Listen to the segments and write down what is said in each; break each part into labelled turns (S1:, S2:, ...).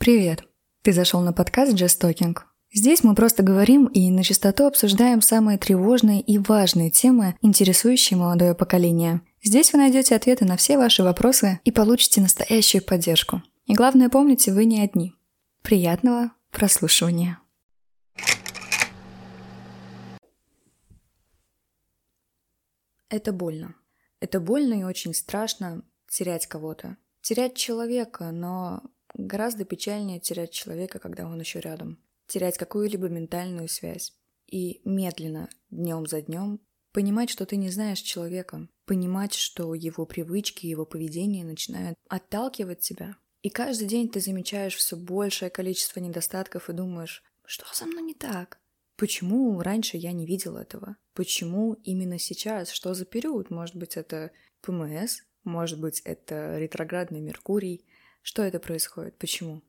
S1: Привет! Ты зашел на подкаст Just Talking. Здесь мы просто говорим и на чистоту обсуждаем самые тревожные и важные темы, интересующие молодое поколение. Здесь вы найдете ответы на все ваши вопросы и получите настоящую поддержку. И главное, помните, вы не одни. Приятного прослушивания! Это больно. Это больно и очень страшно терять кого-то. Терять человека, но гораздо печальнее терять человека, когда он еще рядом. Терять какую-либо ментальную связь. И медленно, днем за днем, понимать, что ты не знаешь человека. Понимать, что его привычки, его поведение начинают отталкивать тебя. И каждый день ты замечаешь все большее количество недостатков и думаешь, что со мной не так? Почему раньше я не видел этого? Почему именно сейчас? Что за период? Может быть, это ПМС? Может быть, это ретроградный Меркурий? Что это происходит? Почему?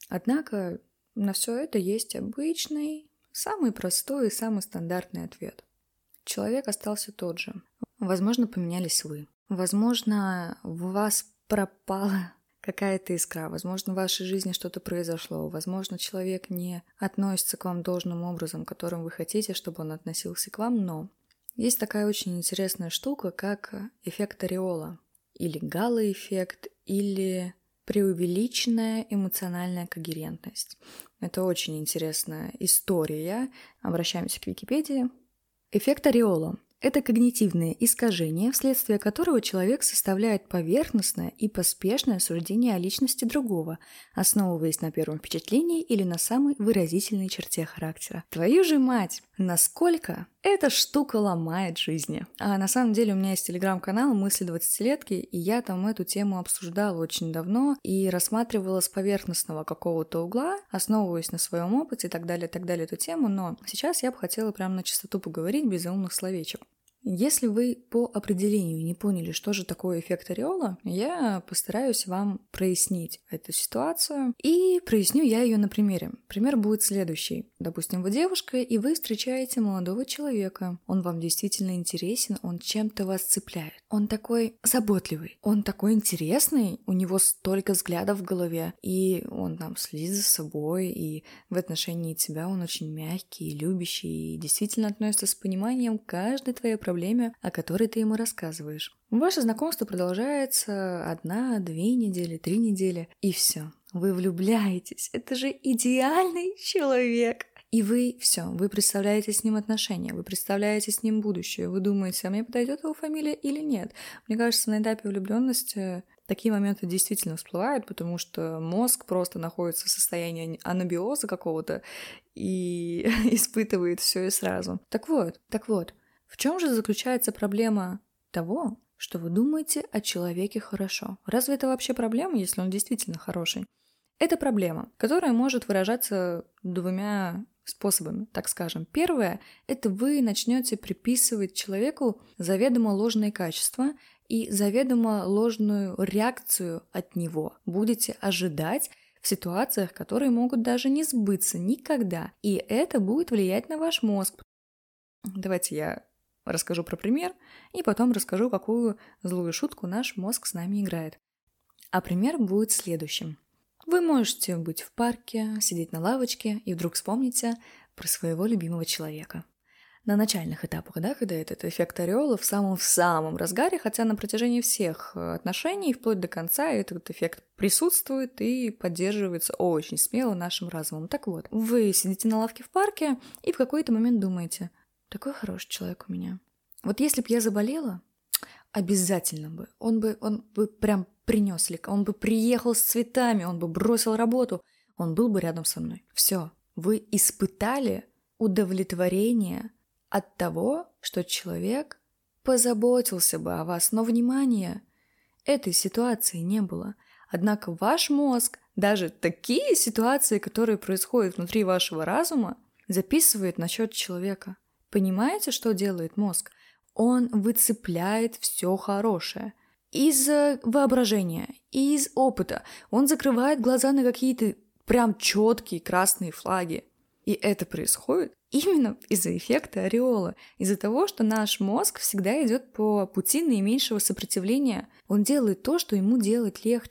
S1: Однако на все это есть обычный, самый простой и самый стандартный ответ. Человек остался тот же. Возможно, поменялись вы. Возможно, в вас пропала какая-то искра. Возможно, в вашей жизни что-то произошло. Возможно, человек не относится к вам должным образом, которым вы хотите, чтобы он относился к вам. Но есть такая очень интересная штука, как эффект ореола. Или гало-эффект, или преувеличенная эмоциональная когерентность. Это очень интересная история. Обращаемся к Википедии. Эффект ореола – это когнитивное искажение, вследствие которого человек составляет поверхностное и поспешное суждение о личности другого, основываясь на первом впечатлении или на самой выразительной черте характера. Твою же мать! Насколько эта штука ломает жизни? А на самом деле у меня есть телеграм-канал «Мысли 20-летки», и я там эту тему обсуждала очень давно и рассматривала с поверхностного какого-то угла, основываясь на своем опыте и так далее, эту тему, но сейчас я бы хотела прямо на чистоту поговорить без умных словечек. Если вы по определению не поняли, что же такое эффект ореола, я постараюсь вам прояснить эту ситуацию, и проясню я ее на примере. Пример будет следующий. Допустим, вы девушка, и вы встречаете молодого человека. Он вам действительно интересен, он чем-то вас цепляет. Он такой заботливый, он такой интересный, у него столько взглядов в голове, и он там следит за собой, и в отношении тебя он очень мягкий, любящий, и действительно относится с пониманием к каждой твоей проблеме, о которой ты ему рассказываешь. Ваше знакомство продолжается 1, 2 недели, 3 недели, и все. Вы влюбляетесь. Это же идеальный человек. И вы представляете с ним отношения, вы представляете с ним будущее, вы думаете, а мне подойдет его фамилия или нет. Мне кажется, на этапе влюбленности такие моменты действительно всплывают, потому что мозг просто находится в состоянии анабиоза какого-то и испытывает все и сразу. Так вот, в чем же заключается проблема того, что вы думаете о человеке хорошо? Разве это вообще проблема, если он действительно хороший? Это проблема, которая может выражаться 2 способами, так скажем. Первое – это вы начнете приписывать человеку заведомо ложные качества и заведомо ложную реакцию от него. Будете ожидать в ситуациях, которые могут даже не сбыться никогда. И это будет влиять на ваш мозг. Давайте я расскажу про пример, и потом расскажу, какую злую шутку наш мозг с нами играет. А пример будет следующим. Вы можете быть в парке, сидеть на лавочке и вдруг вспомните про своего любимого человека. На начальных этапах, да, когда этот эффект ореола в самом разгаре, хотя на протяжении всех отношений, вплоть до конца, этот эффект присутствует и поддерживается очень смело нашим разумом. Так вот, вы сидите на лавке в парке и в какой-то момент думаете: такой хороший человек у меня. Вот если бы я заболела, обязательно бы. Он бы прям принес лекарство, он бы приехал с цветами, он бы бросил работу, он был бы рядом со мной. Все, вы испытали удовлетворение от того, что человек позаботился бы о вас, но внимания этой ситуации не было. Однако ваш мозг даже такие ситуации, которые происходят внутри вашего разума, записывает на счет человека. Понимаете, что делает мозг? Он выцепляет все хорошее из воображения, из опыта. Он закрывает глаза на какие-то прям четкие красные флаги. И это происходит именно из-за эффекта ореола, из-за того, что наш мозг всегда идет по пути наименьшего сопротивления. Он делает то, что ему делать легче.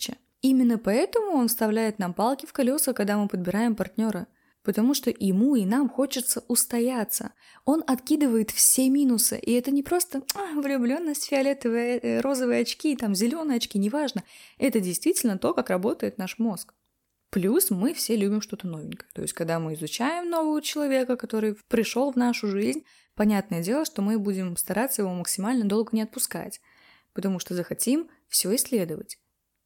S1: Именно поэтому он вставляет нам палки в колеса, когда мы подбираем партнера. Потому что ему и нам хочется устояться. Он откидывает все минусы. И это не просто влюбленность, фиолетовые, розовые очки, там зеленые очки, неважно. Это действительно то, как работает наш мозг. Плюс мы все любим что-то новенькое. То есть, когда мы изучаем нового человека, который пришел в нашу жизнь, понятное дело, что мы будем стараться его максимально долго не отпускать. Потому что захотим все исследовать.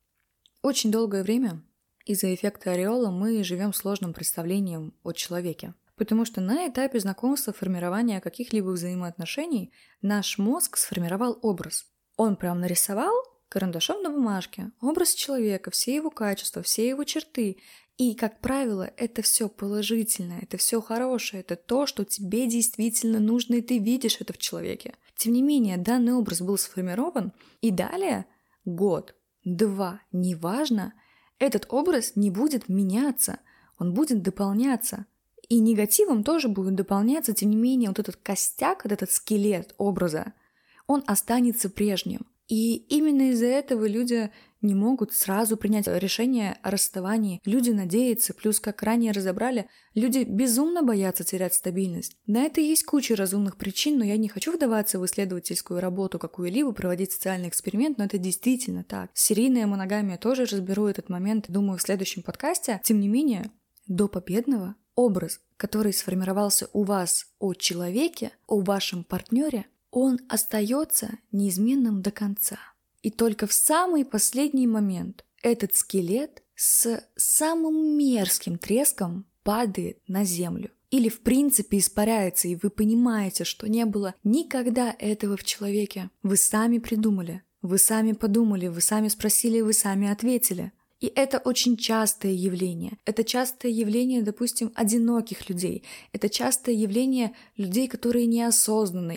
S1: Очень долгое время из-за эффекта ореола мы живем сложным представлением о человеке. Потому что на этапе знакомства, формирования каких-либо взаимоотношений наш мозг сформировал образ. Он прям нарисовал карандашом на бумажке образ человека, все его качества, все его черты. И, как правило, это все положительное, это все хорошее, это то, что тебе действительно нужно, и ты видишь это в человеке. Тем не менее, данный образ был сформирован, и далее год, 2, неважно, этот образ не будет меняться, он будет дополняться. И негативом тоже будет дополняться, тем не менее, вот этот костяк, вот этот скелет образа, он останется прежним. И именно из-за этого люди не могут сразу принять решение о расставании. Люди надеются, плюс, как ранее разобрали, люди безумно боятся терять стабильность. На это есть куча разумных причин, но я не хочу вдаваться в исследовательскую работу какую-либо, проводить социальный эксперимент, но это действительно так. Серийная моногамия тоже разберу этот момент, думаю, в следующем подкасте. Тем не менее, до победного образ, который сформировался у вас о человеке, о вашем партнере, он остается неизменным до конца. И только в самый последний момент этот скелет с самым мерзким треском падает на землю. Или в принципе испаряется, и вы понимаете, что не было никогда этого в человеке. Вы сами придумали, вы сами подумали, вы сами спросили, вы сами ответили. И это очень частое явление. Это частое явление, допустим, одиноких людей. Это частое явление людей, которые неосознанны.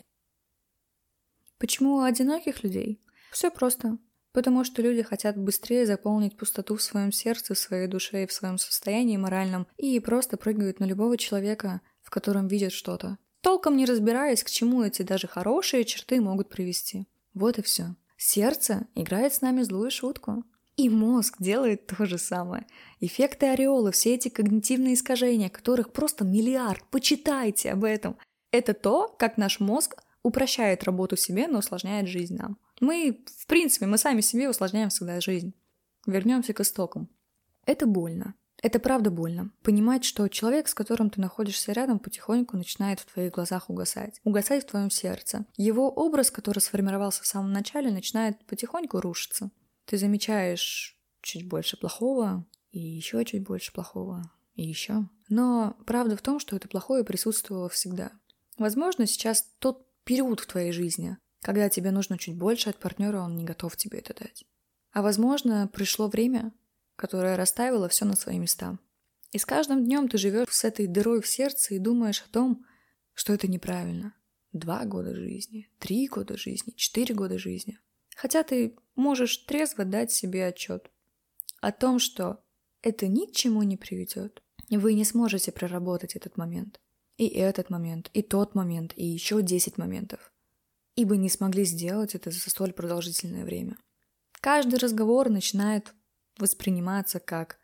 S1: Почему у одиноких людей? Все просто. Потому что люди хотят быстрее заполнить пустоту в своем сердце, в своей душе и в своем состоянии моральном, и просто прыгают на любого человека, в котором видят что-то, толком не разбираясь, к чему эти даже хорошие черты могут привести. Вот и все. Сердце играет с нами злую шутку. И мозг делает то же самое. Эффекты ореола, все эти когнитивные искажения, которых просто миллиард, почитайте об этом. Это то, как наш мозг упрощает работу себе, но усложняет жизнь нам. Мы сами себе усложняем всегда жизнь. Вернемся к истокам. Это больно. Это правда больно. Понимать, что человек, с которым ты находишься рядом, потихоньку начинает в твоих глазах угасать. Угасать в твоем сердце. Его образ, который сформировался в самом начале, начинает потихоньку рушиться. Ты замечаешь чуть больше плохого, и еще чуть больше плохого, и еще. Но правда в том, что это плохое присутствовало всегда. Возможно, сейчас тот период в твоей жизни, когда тебе нужно чуть больше от партнера, он не готов тебе это дать. А возможно, пришло время, которое расставило все на свои места. И с каждым днем ты живешь с этой дырой в сердце и думаешь о том, что это неправильно. 2 года жизни, 3 года жизни, 4 года жизни. Хотя ты можешь трезво дать себе отчет о том, что это ни к чему не приведет. Вы не сможете проработать этот момент. И этот момент, и тот момент, и еще 10 моментов. Ибо не смогли сделать это за столь продолжительное время. Каждый разговор начинает восприниматься как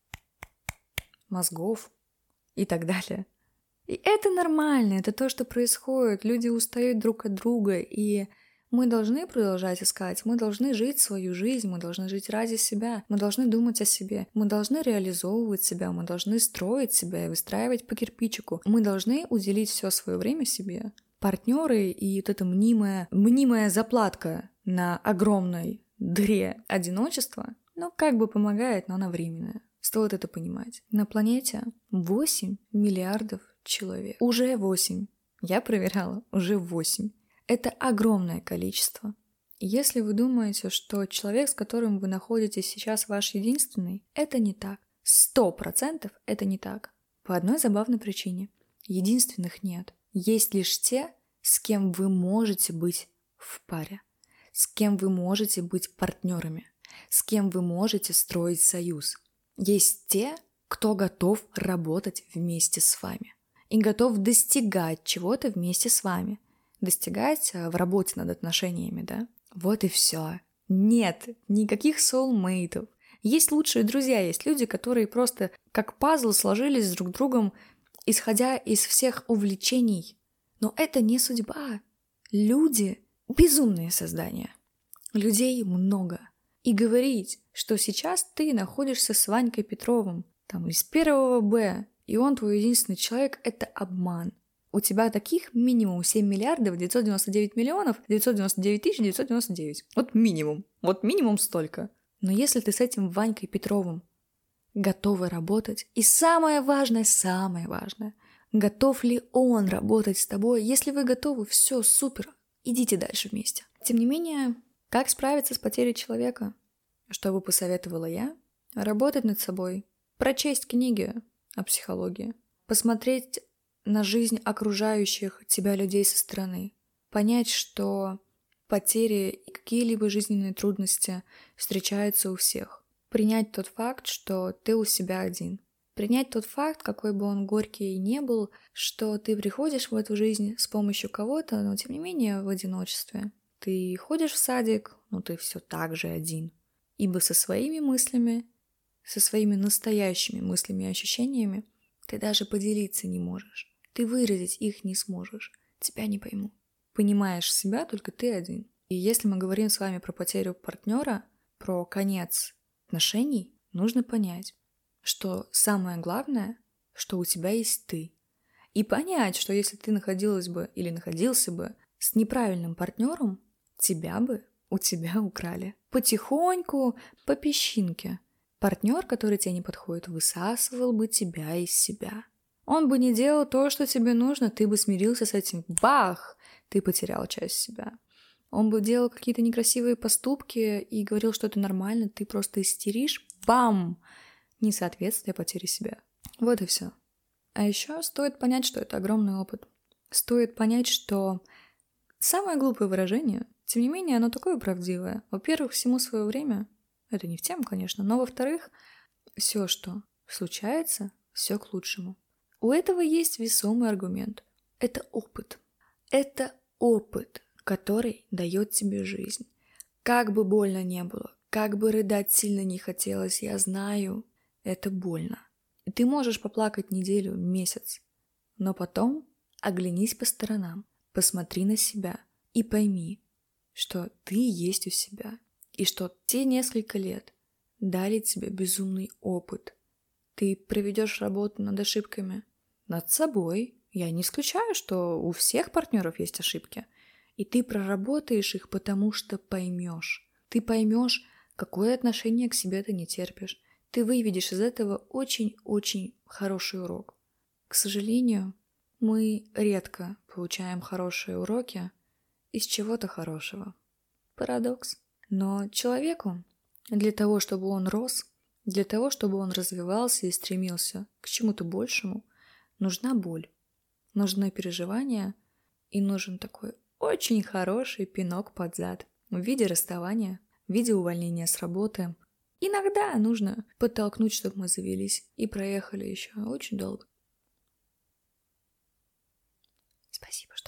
S1: мозгов и так далее. И это нормально, это то, что происходит. Люди устают друг от друга, и мы должны продолжать искать, мы должны жить свою жизнь, мы должны жить ради себя, мы должны думать о себе, мы должны реализовывать себя, мы должны строить себя и выстраивать по кирпичику, мы должны уделить все свое время себе. Партнеры и вот эта мнимая заплатка на огромной дыре одиночества, как бы помогает, но она временная. Стоит это понимать. На планете 8 миллиардов человек. Уже 8. Я проверяла, уже 8. Это огромное количество. Если вы думаете, что человек, с которым вы находитесь сейчас, ваш единственный, это не так. 100% это не так. По одной забавной причине. Единственных нет. Есть лишь те, с кем вы можете быть в паре, с кем вы можете быть партнерами, с кем вы можете строить союз. Есть те, кто готов работать вместе с вами и готов достигать чего-то вместе с вами. Достигать в работе над отношениями, да? Вот и все. Нет никаких соулмейтов, Есть лучшие друзья, есть люди, которые просто как пазл сложились друг с другом, исходя из всех увлечений. Но это не судьба. Люди — безумные создания. Людей много. И говорить, что сейчас ты находишься с Ванькой Петровым, там, из 1 Б, и он твой единственный человек, это обман. У тебя таких минимум 7 миллиардов 999 миллионов 999 тысяч 999. Вот минимум столько. Но если ты с этим Ванькой Петровым готовы работать, и самое важное, готов ли он работать с тобой? Если вы готовы, все, супер, идите дальше вместе. Тем не менее, как справиться с потерей человека? Что бы посоветовала я? Работать над собой, прочесть книги о психологии, посмотреть на жизнь окружающих тебя людей со стороны, понять, что потери и какие-либо жизненные трудности встречаются у всех, принять тот факт, что ты у себя один, принять тот факт, какой бы он горький ни был, что ты приходишь в эту жизнь с помощью кого-то, но тем не менее в одиночестве. Ты ходишь в садик, но ты все так же один, ибо со своими мыслями, со своими настоящими мыслями и ощущениями ты даже поделиться не можешь. Ты выразить их не сможешь. Тебя не пойму. Понимаешь себя только ты один. И если мы говорим с вами про потерю партнера, про конец отношений, нужно понять, что самое главное, что у тебя есть ты. И понять, что если ты находилась бы или находился бы с неправильным партнером, тебя бы у тебя украли. Потихоньку, по песчинке. Партнер, который тебе не подходит, высасывал бы тебя из себя. Он бы не делал то, что тебе нужно, ты бы смирился с этим. Бах! Ты потерял часть себя. Он бы делал какие-то некрасивые поступки и говорил, что это нормально, ты просто истеришь. Бам! Несоответствие потери себя. Вот и все. А еще стоит понять, что это огромный опыт. Стоит понять, что самое глупое выражение, тем не менее, оно такое правдивое. Во-первых, всему свое время. Это не в тему, конечно. Но, во-вторых, все, что случается, все к лучшему. У этого есть весомый аргумент. Это опыт. Это опыт, который дает тебе жизнь. Как бы больно не было, как бы рыдать сильно не хотелось, я знаю, это больно. И ты можешь поплакать неделю, месяц, но потом оглянись по сторонам, посмотри на себя и пойми, что ты есть у себя, и что те несколько лет дали тебе безумный опыт. Ты проведешь работу над ошибками, над собой. Я не исключаю, что у всех партнеров есть ошибки. И ты проработаешь их, потому что поймешь. Ты поймешь, какое отношение к себе ты не терпишь. Ты выведешь из этого очень-очень хороший урок. К сожалению, мы редко получаем хорошие уроки из чего-то хорошего. Парадокс. Но человеку, для того, чтобы он рос, для того, чтобы он развивался и стремился к чему-то большему, нужна боль, нужны переживания и нужен такой очень хороший пинок под зад в виде расставания, в виде увольнения с работы. Иногда нужно подтолкнуть, чтобы мы завелись и проехали еще очень долго. Спасибо.